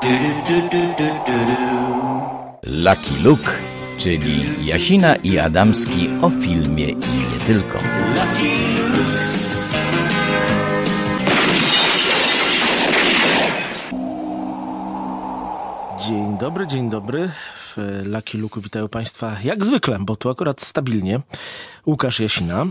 Lucky Luke, czyli Jasina i Adamski o filmie i nie tylko. Dzień dobry. W Lucky Luke'u witają Państwa jak zwykle, bo tu akurat stabilnie Łukasz Jasina.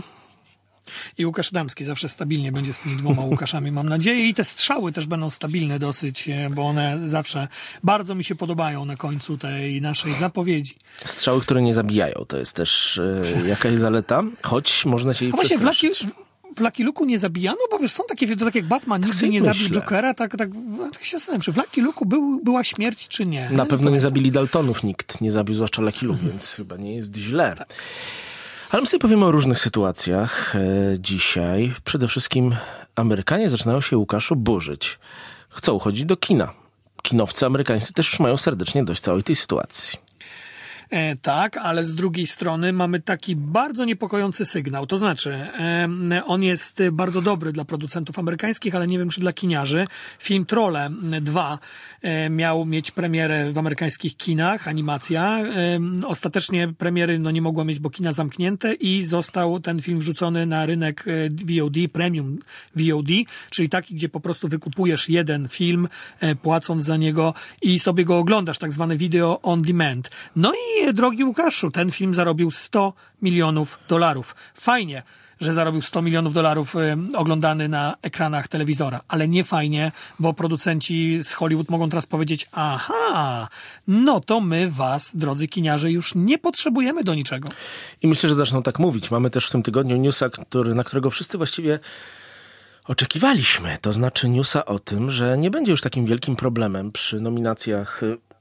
I Łukasz Adamski zawsze stabilnie będzie z tymi dwoma Łukaszami, mam nadzieję. I te strzały też będą stabilne dosyć, bo one zawsze bardzo mi się podobają na końcu tej naszej zapowiedzi. Strzały, które nie zabijają, to jest też jakaś zaleta, choć można się jej przestraszyć. W Lucky Luke'u nie zabijano, bo wiesz, są takie, to tak jak Batman tak nigdy nie zabił Jokera, tak się zastanawiam, czy w Lucky Luke'u była śmierć, czy nie. Na pewno nie zabili Daltonów, nikt nie zabił zwłaszcza Lucky Luke, więc chyba nie jest źle. Tak. Ale my sobie powiemy o różnych sytuacjach dzisiaj. Przede wszystkim Amerykanie zaczynają się, Łukaszu, burzyć. Chcą chodzić do kina. Kinowcy amerykańscy też już mają serdecznie dość całej tej sytuacji. Tak, ale z drugiej strony mamy taki bardzo niepokojący sygnał. To znaczy, on jest bardzo dobry dla producentów amerykańskich, ale nie wiem, czy dla kiniarzy. Film Trolle 2 miał mieć premierę w amerykańskich kinach, animacja. Ostatecznie premiery nie mogła mieć, bo kina zamknięte i został ten film wrzucony na rynek VOD, premium VOD, czyli taki, gdzie po prostu wykupujesz jeden film, płacąc za niego i sobie go oglądasz, tak zwany video on demand. No i drogi Łukaszu, ten film zarobił $100 milionów. Fajnie, że zarobił $100 milionów oglądany na ekranach telewizora, ale nie fajnie, bo producenci z Hollywood mogą teraz powiedzieć: aha, no to my was, drodzy kiniarze, już nie potrzebujemy do niczego. I myślę, że zaczną tak mówić. Mamy też w tym tygodniu newsa, na którego wszyscy właściwie oczekiwaliśmy. To znaczy newsa o tym, że nie będzie już takim wielkim problemem przy nominacjach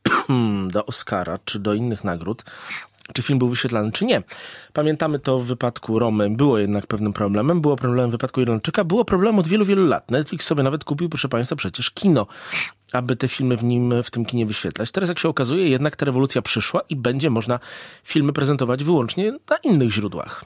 do Oscara, czy do innych nagród, czy film był wyświetlany, czy nie. Pamiętamy to w wypadku Romy. Było jednak pewnym problemem. Było problemem w wypadku Irlandczyka. Było problem od wielu, wielu lat. Netflix sobie nawet kupił, proszę Państwa, przecież kino, aby te filmy w tym kinie wyświetlać. Teraz, jak się okazuje, jednak ta rewolucja przyszła i będzie można filmy prezentować wyłącznie na innych źródłach.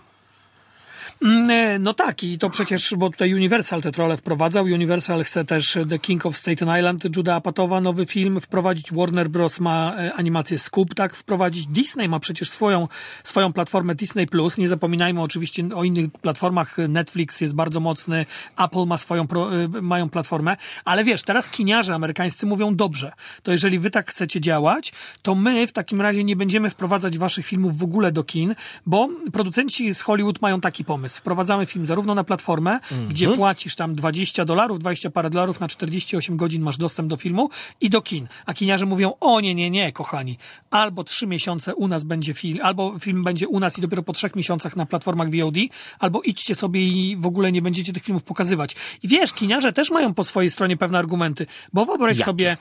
No tak, i to przecież, bo tutaj Universal te Trolle wprowadzał. Universal chce też The King of Staten Island, Juda Apatowa, nowy film wprowadzić. Warner Bros. Ma animację Scoop, tak, wprowadzić. Disney ma przecież swoją platformę Disney+. Nie zapominajmy oczywiście o innych platformach. Netflix jest bardzo mocny, Apple ma mają platformę, ale wiesz, teraz kiniarze amerykańscy mówią: dobrze, to jeżeli wy tak chcecie działać, to my w takim razie nie będziemy wprowadzać waszych filmów w ogóle do kin, bo producenci z Hollywood mają taki pomysł. Wprowadzamy film zarówno na platformę, gdzie płacisz tam $20, 20 parę dolarów, na 48 godzin masz dostęp do filmu, i do kin. A kiniarze mówią: o nie, kochani, albo 3 miesiące u nas będzie film, albo film będzie u nas i dopiero po 3 miesiącach na platformach VOD, albo idźcie sobie i w ogóle nie będziecie tych filmów pokazywać. I wiesz, kiniarze też mają po swojej stronie pewne argumenty, bo wyobraź sobie,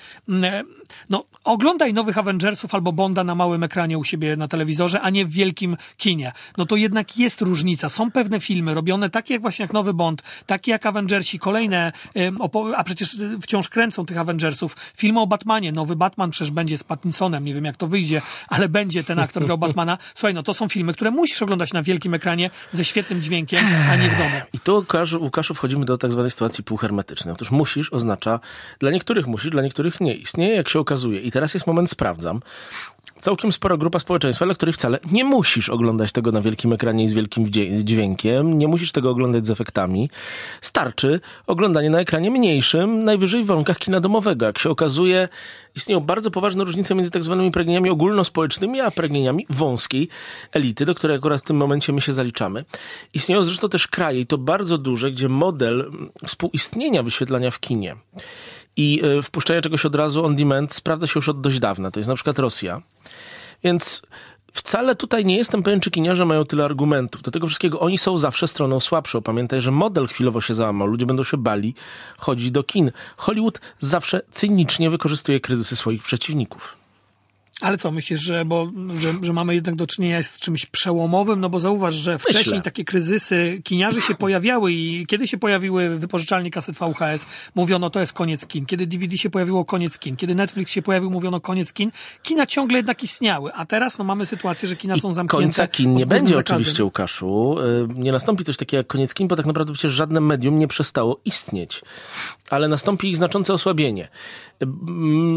oglądaj nowych Avengersów albo Bonda na małym ekranie u siebie na telewizorze, a nie w wielkim kinie. No to jednak jest różnica. Są pewne filmy robione takie jak właśnie jak nowy Bond, takie jak Avengersi, kolejne, a przecież wciąż kręcą tych Avengersów. Filmy o Batmanie, nowy Batman przecież będzie z Pattinsonem, nie wiem jak to wyjdzie, ale będzie ten aktor grał Batmana. Słuchaj, to są filmy, które musisz oglądać na wielkim ekranie ze świetnym dźwiękiem, a nie w domu. I tu, Łukaszu, wchodzimy do tak zwanej sytuacji półhermetycznej. Otóż musisz oznacza, dla niektórych musisz, dla niektórych nie. Istnieje, jak się okazuje. I teraz jest moment, sprawdzam. Całkiem spora grupa społeczeństwa, dla której wcale nie musisz oglądać tego na wielkim ekranie i z wielkim dźwiękiem, nie musisz tego oglądać z efektami. Starczy oglądanie na ekranie mniejszym, najwyżej w warunkach kina domowego. Jak się okazuje, istnieją bardzo poważne różnice między tak zwanymi pragnieniami ogólnospołecznymi, a pragnieniami wąskiej elity, do której akurat w tym momencie my się zaliczamy. Istnieją zresztą też kraje, i to bardzo duże, gdzie model współistnienia wyświetlania w kinie i wpuszczania czegoś od razu on demand sprawdza się już od dość dawna. To jest na przykład Rosja. Więc wcale tutaj nie jestem pewien, czy kiniarze mają tyle argumentów. Do tego wszystkiego oni są zawsze stroną słabszą. Pamiętaj, że model chwilowo się załamał. Ludzie będą się bali chodzić do kin. Hollywood zawsze cynicznie wykorzystuje kryzysy swoich przeciwników. Ale co, myślisz, że mamy jednak do czynienia z czymś przełomowym? No bo zauważ, że wcześniej takie kryzysy kiniarzy się pojawiały i kiedy się pojawiły wypożyczalnie kaset VHS, mówiono, to jest koniec kin. Kiedy DVD się pojawiło, koniec kin. Kiedy Netflix się pojawił, mówiono koniec kin. Kina ciągle jednak istniały, a teraz mamy sytuację, że kina są zamknięte. Końca kin nie będzie oczywiście, Łukaszu. Nie nastąpi coś takiego jak koniec kin, bo tak naprawdę przecież żadne medium nie przestało istnieć. Ale nastąpi ich znaczące osłabienie.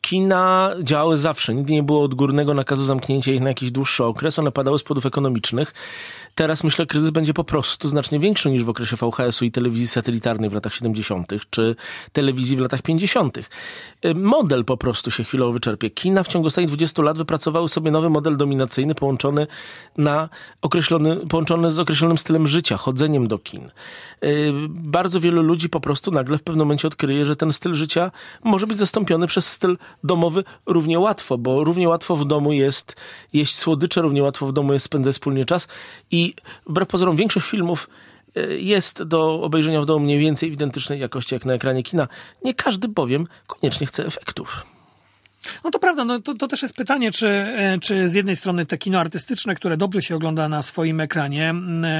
Kina działały zawsze. Nigdy nie było odgórnego nakazu zamknięcia ich na jakiś dłuższy okres. One padały z powodów ekonomicznych. Teraz, myślę, kryzys będzie po prostu znacznie większy niż w okresie VHS-u i telewizji satelitarnej w latach 70. czy telewizji w latach 50. Model po prostu się chwilowo wyczerpie. Kina w ciągu ostatnich 20 lat wypracowały sobie nowy model dominacyjny połączony z określonym stylem życia, chodzeniem do kin. Bardzo wielu ludzi po prostu nagle w pewnym momencie odkryje, że ten styl życia może być zastąpiony przez styl domowy równie łatwo, bo równie łatwo w domu jest jeść słodycze, równie łatwo w domu jest spędzać wspólnie czas i wbrew pozorom większość filmów jest do obejrzenia w domu mniej więcej w identycznej jakości jak na ekranie kina. Nie każdy bowiem koniecznie chce efektów. No to prawda, no to też jest pytanie, czy z jednej strony te kino artystyczne, które dobrze się ogląda na swoim ekranie,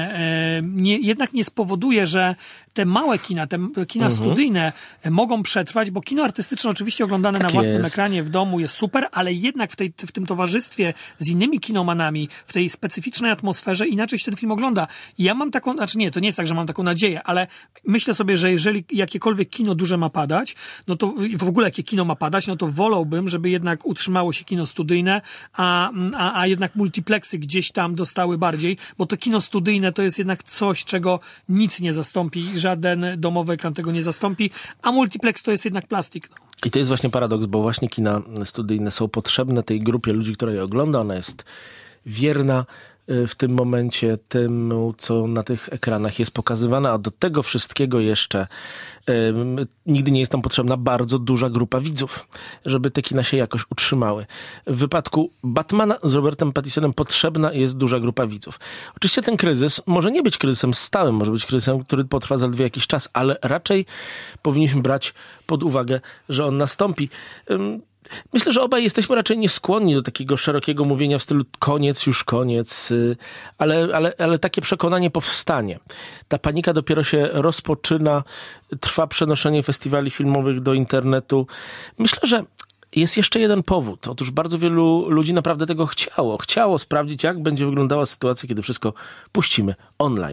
jednak nie spowoduje, że te małe kina, te kina studyjne mogą przetrwać, bo kino artystyczne oczywiście oglądane na własnym ekranie w domu jest super, ale jednak w tym towarzystwie z innymi kinomanami, w tej specyficznej atmosferze inaczej się ten film ogląda. I ja mam taką, to nie jest tak, że mam taką nadzieję, ale myślę sobie, że jeżeli jakiekolwiek kino duże ma padać, no to w ogóle jakie kino ma padać, no to wolałbym, żeby jednak utrzymało się kino studyjne, a jednak multiplexy gdzieś tam dostały bardziej, bo to kino studyjne to jest jednak coś, czego nic nie zastąpi, żaden domowy ekran tego nie zastąpi, a multiplex to jest jednak plastik. I to jest właśnie paradoks, bo właśnie kina studyjne są potrzebne tej grupie ludzi, która je ogląda, ona jest wierna w tym momencie temu, co na tych ekranach jest pokazywane, a do tego wszystkiego jeszcze nigdy nie jest tam potrzebna bardzo duża grupa widzów, żeby te kina się jakoś utrzymały. W wypadku Batmana z Robertem Pattisonem potrzebna jest duża grupa widzów. Oczywiście ten kryzys może nie być kryzysem stałym, może być kryzysem, który potrwa zaledwie jakiś czas, ale raczej powinniśmy brać pod uwagę, że on nastąpi. Myślę, że obaj jesteśmy raczej nieskłonni do takiego szerokiego mówienia w stylu koniec, już koniec, ale takie przekonanie powstanie. Ta panika dopiero się rozpoczyna, trwa przenoszenie festiwali filmowych do internetu. Myślę, że jest jeszcze jeden powód. Otóż bardzo wielu ludzi naprawdę tego chciało. Chciało sprawdzić, jak będzie wyglądała sytuacja, kiedy wszystko puścimy online.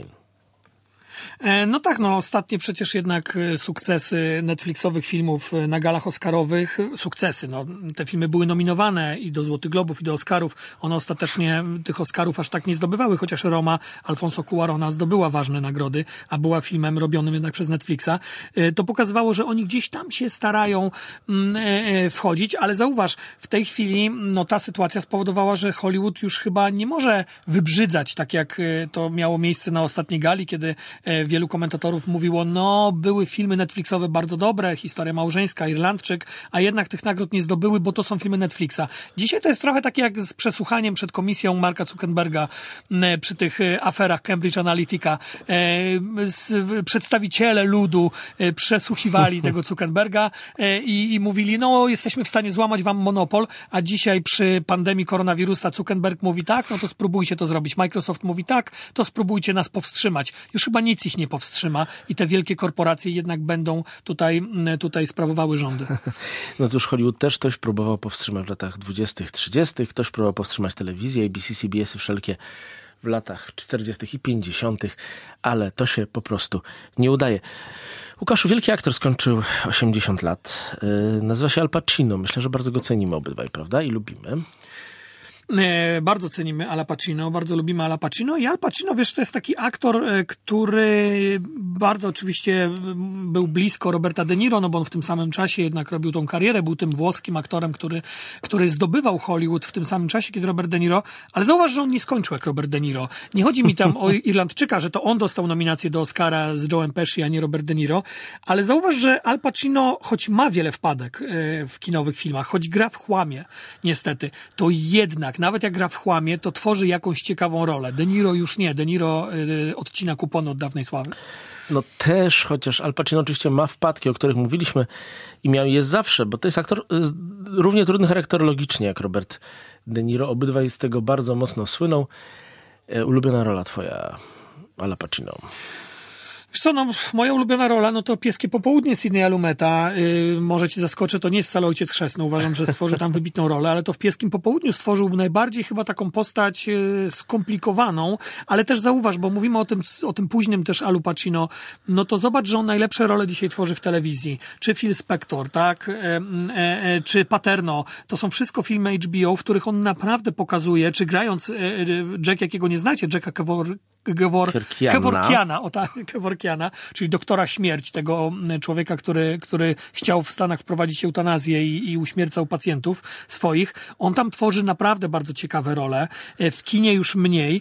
No tak, ostatnie przecież jednak sukcesy Netflixowych filmów na galach oscarowych, te filmy były nominowane i do Złotych Globów, i do Oscarów. One ostatecznie tych Oscarów aż tak nie zdobywały, chociaż Roma Alfonso Cuarona zdobyła ważne nagrody, a była filmem robionym jednak przez Netflixa. To pokazywało, że oni gdzieś tam się starają wchodzić, ale zauważ, w tej chwili ta sytuacja spowodowała, że Hollywood już chyba nie może wybrzydzać, tak jak to miało miejsce na ostatniej gali, kiedy wielu komentatorów mówiło, były filmy Netflixowe bardzo dobre, Historia małżeńska, Irlandczyk, a jednak tych nagród nie zdobyły, bo to są filmy Netflixa. Dzisiaj to jest trochę takie jak z przesłuchaniem przed komisją Marka Zuckerberga przy tych aferach Cambridge Analytica. Przedstawiciele ludu przesłuchiwali tego Zuckerberga i mówili, jesteśmy w stanie złamać wam monopol, a dzisiaj przy pandemii koronawirusa Zuckerberg mówi tak, to spróbujcie to zrobić. Microsoft mówi tak, to spróbujcie nas powstrzymać. Już chyba nic ich nie powstrzyma i te wielkie korporacje jednak będą tutaj sprawowały rządy. No cóż, Hollywood też ktoś próbował powstrzymać w latach 20., 30., ktoś próbował powstrzymać telewizję, ABC, CBS-y wszelkie w latach 40. i 50., ale to się po prostu nie udaje. Łukaszu, wielki aktor skończył 80 lat. Nazywa się Al Pacino. Myślę, że bardzo go cenimy obydwaj, prawda? I lubimy. Bardzo cenimy Ala Pacino, bardzo lubimy Ala Pacino i Al Pacino, wiesz, to jest taki aktor, który bardzo oczywiście był blisko Roberta De Niro, bo on w tym samym czasie jednak robił tą karierę, był tym włoskim aktorem, który zdobywał Hollywood w tym samym czasie, kiedy Robert De Niro, ale zauważ, że on nie skończył jak Robert De Niro. Nie chodzi mi tam o Irlandczyka, że to on dostał nominację do Oscara z Joe'em Pesci, a nie Robert De Niro, ale zauważ, że Al Pacino, choć ma wiele wpadek w kinowych filmach, choć gra w chłamie, niestety, to jednak nawet jak gra w chłamie, to tworzy jakąś ciekawą rolę. De Niro już nie. De Niro odcina kupony od dawnej sławy. Też, chociaż Al Pacino oczywiście ma wpadki, o których mówiliśmy i miał je zawsze, bo to jest aktor równie trudny charakterologicznie jak Robert De Niro. Obydwaj z tego bardzo mocno słyną. Ulubiona rola twoja, Ala Pacino? Wiesz co, no, moja ulubiona rola, no to Pieskie popołudnie Sidneya Lumeta. Może cię zaskoczę, to nie jest wcale Ojciec Chrzestny. Uważam, że stworzył tam wybitną rolę, ale to w Pieskim popołudniu stworzył najbardziej chyba taką postać skomplikowaną, ale też zauważ, bo mówimy o tym późnym też Alu Pacino, no to zobacz, że on najlepsze role dzisiaj tworzy w telewizji. Czy Phil Spector, tak? Czy Paterno. To są wszystko filmy HBO, w których on naprawdę pokazuje, czy grając Jack, jakiego nie znacie, Jacka Kevorkiana, czyli doktora śmierć, tego człowieka, który chciał w Stanach wprowadzić eutanazję i uśmiercał pacjentów swoich. On tam tworzy naprawdę bardzo ciekawe role. W kinie już mniej,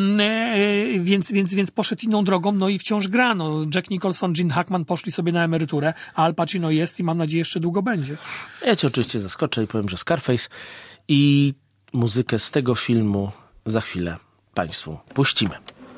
więc poszedł inną drogą, no i wciąż gra. No, Jack Nicholson, Gene Hackman poszli sobie na emeryturę, a Al Pacino jest i mam nadzieję jeszcze długo będzie. Ja cię oczywiście zaskoczę i powiem, że Scarface i muzykę z tego filmu za chwilę Państwu puścimy.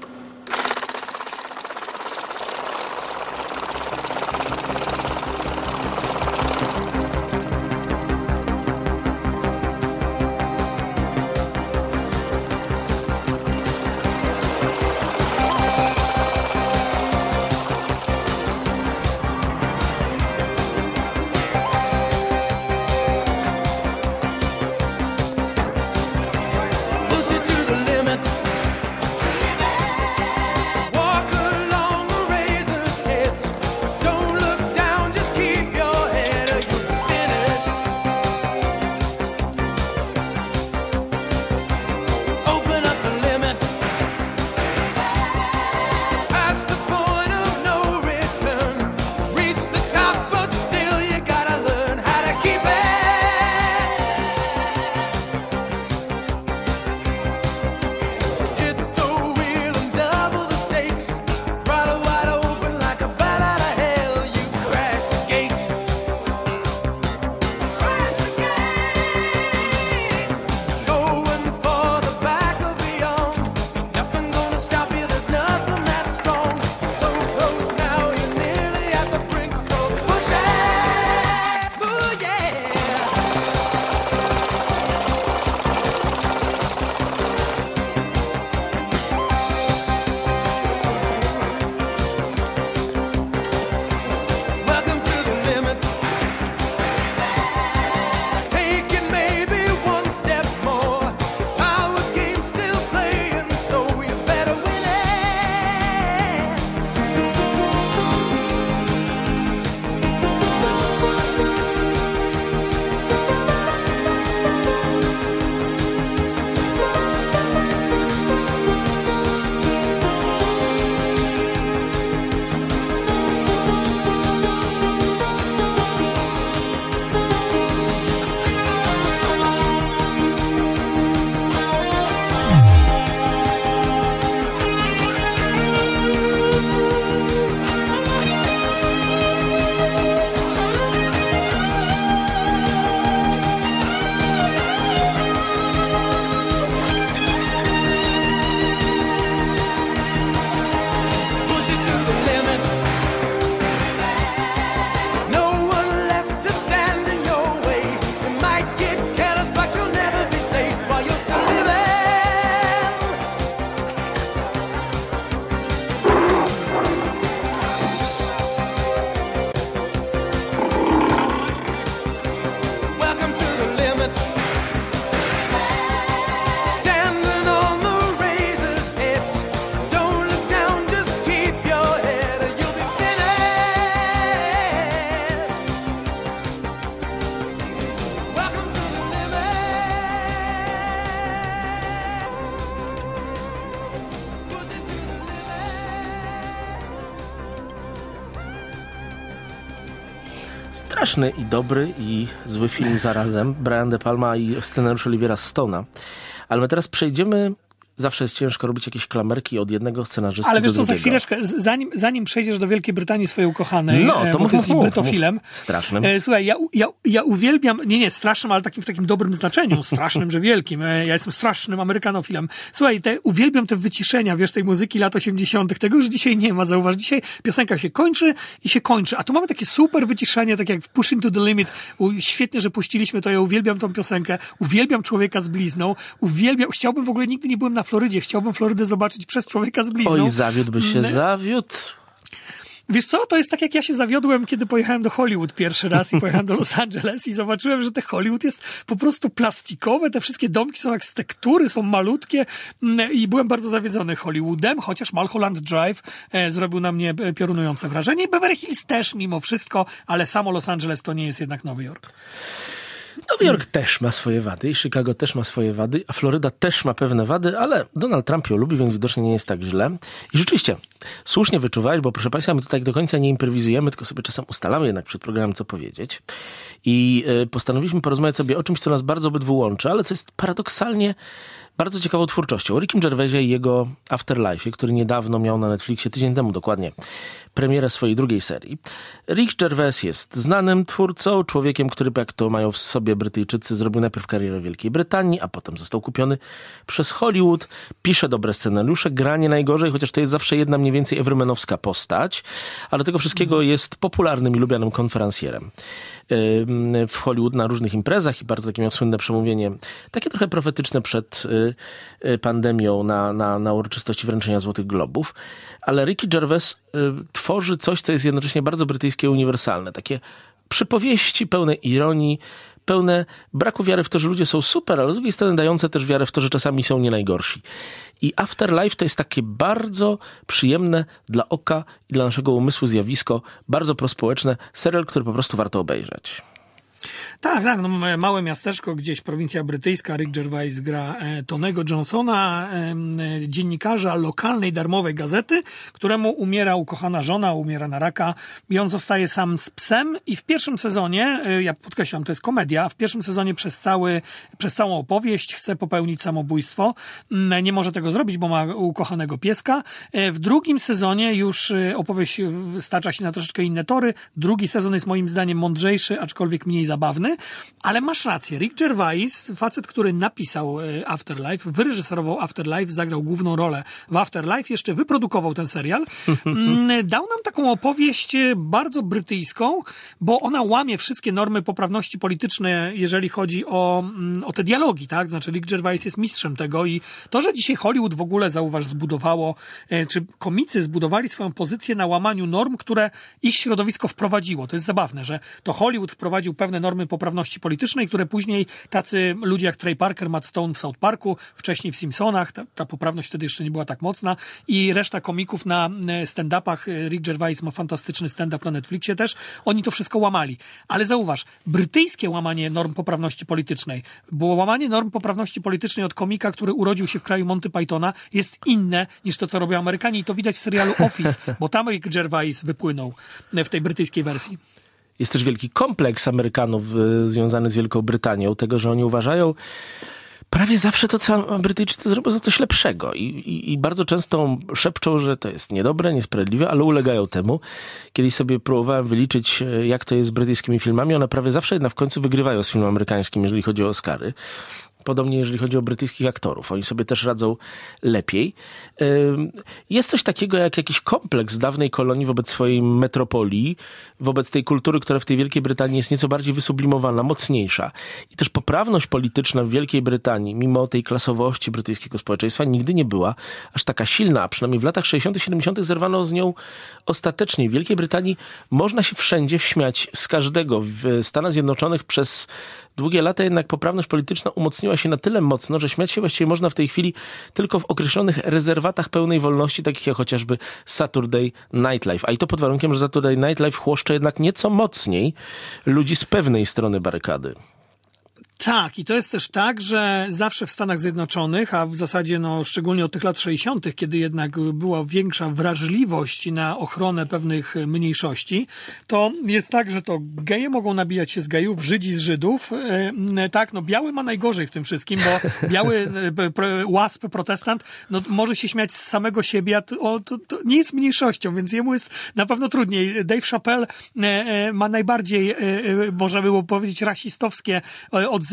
Straszny i dobry i zły film zarazem. Brian De Palma i scenariusz Olivera Stone'a. Ale my teraz przejdziemy... Zawsze jest ciężko robić jakieś klamerki od jednego scenarzysty ale do wiesz co, drugiego. za chwileczkę, zanim przejdziesz do Wielkiej Brytanii swojej ukochanej, no, to bo ty jesteś brytofilem. Strasznym. Słuchaj, ja uwielbiam, nie strasznym, ale w takim dobrym znaczeniu, strasznym, że wielkim. Ja jestem strasznym amerykanofilem. Słuchaj, uwielbiam te wyciszenia, wiesz, tej muzyki lat 80. Tego już dzisiaj nie ma, zauważ. Dzisiaj piosenka się kończy i się kończy. A tu mamy takie super wyciszenie, tak jak w Pushing to the Limit. Świetnie, że puściliśmy to. Ja uwielbiam tą piosenkę. Uwielbiam Człowieka z blizną. Chciałbym, w ogóle nigdy nie byłem na Florydzie. Chciałbym Florydę zobaczyć przez Człowieka z blizną. Oj, zawiódłby się, zawiódł. Wiesz co, to jest tak jak ja się zawiodłem, kiedy pojechałem do Hollywood pierwszy raz i pojechałem do Los Angeles i zobaczyłem, że te Hollywood jest po prostu plastikowe, te wszystkie domki są jak z tektury, są malutkie i byłem bardzo zawiedzony Hollywoodem, chociaż Mulholland Drive zrobił na mnie piorunujące wrażenie i Beverly Hills też mimo wszystko, ale samo Los Angeles to nie jest jednak Nowy Jork. Nowy Jork też ma swoje wady i Chicago też ma swoje wady, a Floryda też ma pewne wady, ale Donald Trump ją lubi, więc widocznie nie jest tak źle. I rzeczywiście, słusznie wyczuwałeś, bo proszę Państwa, my tutaj do końca nie improwizujemy, tylko sobie czasem ustalamy jednak przed programem, co powiedzieć. I postanowiliśmy porozmawiać sobie o czymś, co nas bardzo obydwu łączy, ale co jest paradoksalnie bardzo ciekawą twórczością. O Rickim Gervaisie i jego Afterlife, który niedawno miał na Netflixie, tydzień temu dokładnie, premierę swojej drugiej serii. Rick Gervais jest znanym twórcą, człowiekiem, który, jak to mają w sobie Brytyjczycy, zrobił najpierw karierę w Wielkiej Brytanii, a potem został kupiony przez Hollywood, pisze dobre scenariusze, gra nie najgorzej, chociaż to jest zawsze jedna mniej więcej evermanowska postać, ale do tego wszystkiego jest popularnym i lubianym konferencjerem w Hollywood na różnych imprezach i bardzo takie miał słynne przemówienie, takie trochę profetyczne przed pandemią na uroczystości wręczenia Złotych Globów. Ale Ricky Gervais tworzy coś, co jest jednocześnie bardzo brytyjskie i uniwersalne. Takie przypowieści pełne ironii, pełne braku wiary w to, że ludzie są super, ale z drugiej strony dające też wiarę w to, że czasami są nie najgorsi. I Afterlife to jest takie bardzo przyjemne dla oka i dla naszego umysłu zjawisko, bardzo prospołeczne, serial, który po prostu warto obejrzeć. Tak, no małe miasteczko, gdzieś prowincja brytyjska, Rick Gervais gra Tonego Johnsona, dziennikarza lokalnej darmowej gazety, któremu umiera ukochana żona, umiera na raka i on zostaje sam z psem i w pierwszym sezonie, ja podkreślam, to jest komedia, w pierwszym sezonie przez całą opowieść chce popełnić samobójstwo. Nie może tego zrobić, bo ma ukochanego pieska. W drugim sezonie już opowieść stacza się na troszeczkę inne tory. Drugi sezon jest moim zdaniem mądrzejszy, aczkolwiek mniej zabawny. Ale masz rację. Rick Gervais, facet, który napisał Afterlife, wyreżyserował Afterlife, zagrał główną rolę w Afterlife, jeszcze wyprodukował ten serial, dał nam taką opowieść bardzo brytyjską, bo ona łamie wszystkie normy poprawności politycznej, jeżeli chodzi o te dialogi, tak? Znaczy Rick Gervais jest mistrzem tego i to, że dzisiaj Hollywood w ogóle, zauważ, zbudowało, czy komicy zbudowali swoją pozycję na łamaniu norm, które ich środowisko wprowadziło. To jest zabawne, że to Hollywood wprowadził pewne normy poprawności politycznej, które później tacy ludzie jak Trey Parker, Matt Stone w South Parku, wcześniej w Simpsonach, ta poprawność wtedy jeszcze nie była tak mocna i reszta komików na stand-upach, Rick Gervais ma fantastyczny stand-up na Netflixie też, oni to wszystko łamali. Ale zauważ, brytyjskie łamanie norm poprawności politycznej, bo łamanie norm poprawności politycznej od komika, który urodził się w kraju Monty Pythona, jest inne niż to, co robią Amerykanie i to widać w serialu Office, bo tam Rick Gervais wypłynął w tej brytyjskiej wersji. Jest też wielki kompleks Amerykanów związany z Wielką Brytanią, tego, że oni uważają prawie zawsze to, co Brytyjczycy zrobią, za coś lepszego. I bardzo często szepczą, że to jest niedobre, niesprawiedliwe, ale ulegają temu. Kiedyś sobie próbowałem wyliczyć, jak to jest z brytyjskimi filmami. One prawie zawsze jednak w końcu wygrywają z filmem amerykańskim, jeżeli chodzi o Oscary. Podobnie jeżeli chodzi o brytyjskich aktorów. Oni sobie też radzą lepiej. Jest coś takiego jak jakiś kompleks dawnej kolonii wobec swojej metropolii, wobec tej kultury, która w tej Wielkiej Brytanii jest nieco bardziej wysublimowana, mocniejsza. I też poprawność polityczna w Wielkiej Brytanii, mimo tej klasowości brytyjskiego społeczeństwa, nigdy nie była aż taka silna. A przynajmniej w latach 60., 70. zerwano z nią ostatecznie. W Wielkiej Brytanii można się wszędzie wśmiać z każdego. W Stanach Zjednoczonych przez długie lata jednak poprawność polityczna umocniła się na tyle mocno, że śmiać się właściwie można w tej chwili tylko w określonych rezerwatach pełnej wolności, takich jak chociażby Saturday Night Live. A i to pod warunkiem, że Saturday Night Live chłoszcze jednak nieco mocniej ludzi z pewnej strony barykady. Tak, i to jest też tak, że zawsze w Stanach Zjednoczonych, a w zasadzie szczególnie od tych lat 60., kiedy jednak była większa wrażliwość na ochronę pewnych mniejszości, to jest tak, że to geje mogą nabijać się z gejów, Żydzi z Żydów. Tak, biały ma najgorzej w tym wszystkim, bo biały łasp, protestant, może się śmiać z samego siebie, a to nie jest mniejszością, więc jemu jest na pewno trudniej. Dave Chappelle ma najbardziej, można było powiedzieć, rasistowskie odzywy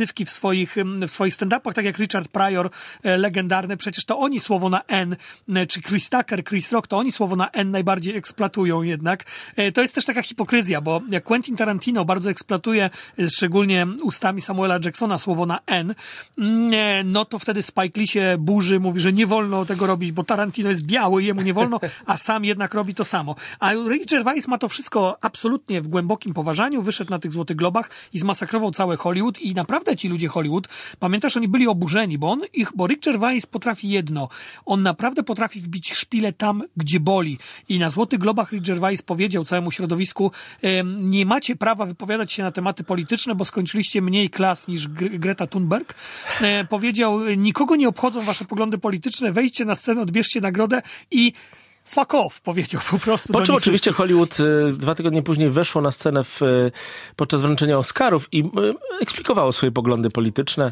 odzywki w swoich stand-upach, tak jak Richard Pryor, legendarny, przecież to oni słowo na N, czy Chris Tucker, Chris Rock, to oni słowo na N najbardziej eksploatują jednak. To jest też taka hipokryzja, bo jak Quentin Tarantino bardzo eksploatuje, szczególnie ustami Samuela Jacksona, słowo na N, no to wtedy Spike Lee się burzy, mówi, że nie wolno tego robić, bo Tarantino jest biały, jemu nie wolno, a sam jednak robi to samo. A Ricky Gervais ma to wszystko absolutnie w głębokim poważaniu, wyszedł na tych Złotych Globach i zmasakrował cały Hollywood i naprawdę ci ludzie Hollywood, pamiętasz, oni byli oburzeni, bo Rick Gervais potrafi jedno, on naprawdę potrafi wbić szpilę tam, gdzie boli. I na Złotych Globach Rick Gervais powiedział całemu środowisku, nie macie prawa wypowiadać się na tematy polityczne, bo skończyliście mniej klas niż Greta Thunberg. Powiedział, nikogo nie obchodzą wasze poglądy polityczne, wejdźcie na scenę, odbierzcie nagrodę i fuck off, powiedział po prostu. Po czym oczywiście Hollywood 2 tygodnie później weszło na scenę podczas wręczenia Oscarów i eksplikowało swoje poglądy polityczne.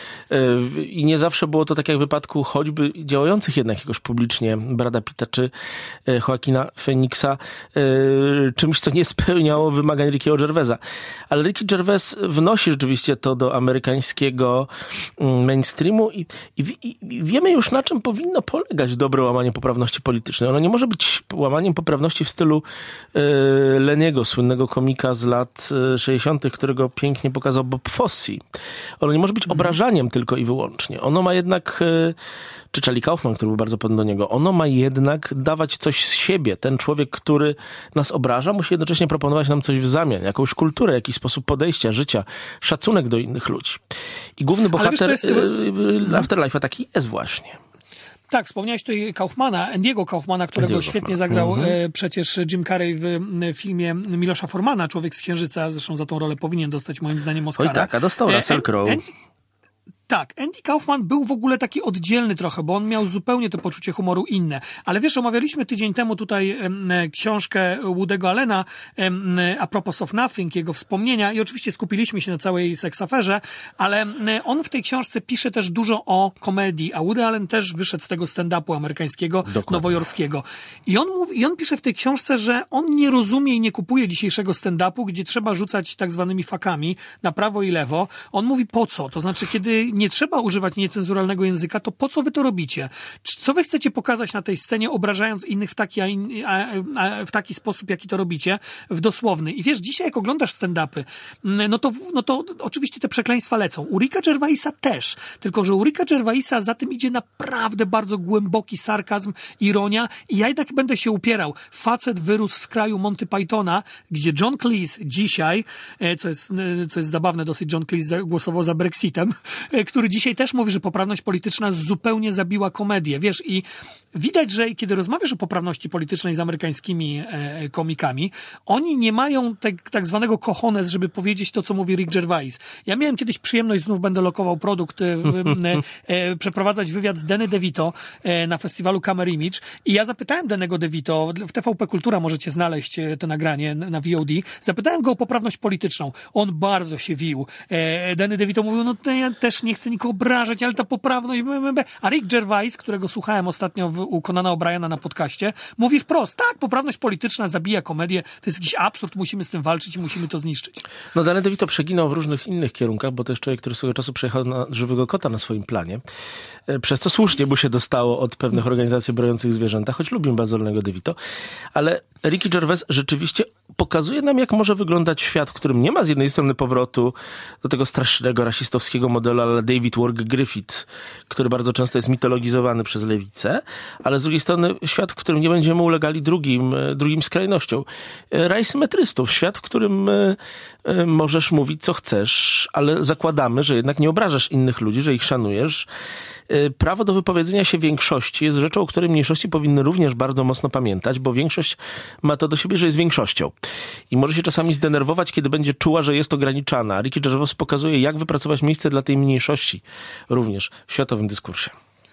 I nie zawsze było to tak jak w wypadku choćby działających jednak jakoś publicznie Brada Pitta czy Joaquina Phoenixa, czymś, co nie spełniało wymagań Rickiego Gervaisa. Ale Ricky Gervais wnosi rzeczywiście to do amerykańskiego mainstreamu i wiemy już, na czym powinno polegać dobre łamanie poprawności politycznej. Ono nie może być łamaniem poprawności w stylu Leniego, słynnego komika z lat 60., którego pięknie pokazał Bob Fosse. Ono nie może być obrażaniem tylko i wyłącznie. Ono ma jednak, czy Charlie Kaufman, który był bardzo podobny do niego, ono ma jednak dawać coś z siebie. Ten człowiek, który nas obraża, musi jednocześnie proponować nam coś w zamian, jakąś kulturę, jakiś sposób podejścia, życia, szacunek do innych ludzi. I główny bohater Afterlife'a taki jest właśnie. Tak, wspomniałeś tutaj Andy'ego Kaufmana, którego świetnie zagrał przecież Jim Carrey w filmie Milosza Formana, Człowiek z Księżyca, zresztą za tą rolę powinien dostać moim zdaniem Oscara. Oj tak, a dostał Russell Crowe. Tak, Andy Kaufman był w ogóle taki oddzielny trochę, bo on miał zupełnie to poczucie humoru inne. Ale wiesz, omawialiśmy tydzień temu tutaj książkę Woody'ego Allena A Propos of Nothing, jego wspomnienia i oczywiście skupiliśmy się na całej seksaferze, ale on w tej książce pisze też dużo o komedii, a Woody Allen też wyszedł z tego stand-upu amerykańskiego, nowojorskiego. I on pisze w tej książce, że on nie rozumie i nie kupuje dzisiejszego stand-upu, gdzie trzeba rzucać tak zwanymi fakami na prawo i lewo. On mówi po co? To znaczy, kiedy nie trzeba używać niecenzuralnego języka, to po co wy to robicie? Co wy chcecie pokazać na tej scenie, obrażając innych w taki sposób, jaki to robicie, w dosłowny? I wiesz, dzisiaj jak oglądasz stand-upy, no to oczywiście te przekleństwa lecą. U Ricka Gervaisa też. Tylko, że u Ricka Gervaisa za tym idzie naprawdę bardzo głęboki sarkazm, ironia i ja jednak będę się upierał. Facet wyrósł z kraju Monty Pythona, gdzie John Cleese dzisiaj, co jest zabawne dosyć, John Cleese głosował za Brexitem, który dzisiaj też mówi, że poprawność polityczna zupełnie zabiła komedię. Wiesz, i widać, że kiedy rozmawiasz o poprawności politycznej z amerykańskimi komikami, oni nie mają tak zwanego cojones, żeby powiedzieć to, co mówi Rick Gervais. Ja miałem kiedyś przyjemność, znów będę lokował produkt, przeprowadzać wywiad z Danny DeVito na festiwalu Camera Image i ja zapytałem Danny'ego DeVito, w TVP Kultura możecie znaleźć to nagranie na VOD, zapytałem go o poprawność polityczną. On bardzo się wił. Danny DeVito mówił, no ja też nie chcę nikogo obrażać, ale ta poprawność... A Rick Gervais, którego słuchałem ostatnio u Conana O'Briena na podcaście, mówi wprost, tak, poprawność polityczna zabija komedię, to jest jakiś absurd, musimy z tym walczyć i musimy to zniszczyć. No Danny DeVito przeginał w różnych innych kierunkach, bo to jest człowiek, który swego czasu przejechał na żywego kota na swoim planie, przez co słusznie mu się dostało od pewnych organizacji broniących zwierzęta, choć lubimy bardzo Danny'ego DeVito, ale Ricky Gervais rzeczywiście pokazuje nam, jak może wyglądać świat, w którym nie ma z jednej strony powrotu do tego strasznego, rasistowskiego modelu ale David Wark Griffith, który bardzo często jest mitologizowany przez lewicę, ale z drugiej strony świat, w którym nie będziemy ulegali drugim skrajnościom. Raj symetrystów, świat, w którym możesz mówić, co chcesz, ale zakładamy, że jednak nie obrażasz innych ludzi, że ich szanujesz. Prawo do wypowiedzenia się większości jest rzeczą, o której mniejszości powinny również bardzo mocno pamiętać, bo większość ma to do siebie, że jest większością. I może się czasami zdenerwować, kiedy będzie czuła, że jest ograniczana. Ricky Gervais pokazuje, jak wypracować miejsce dla tej mniejszości również w światowym dyskursie.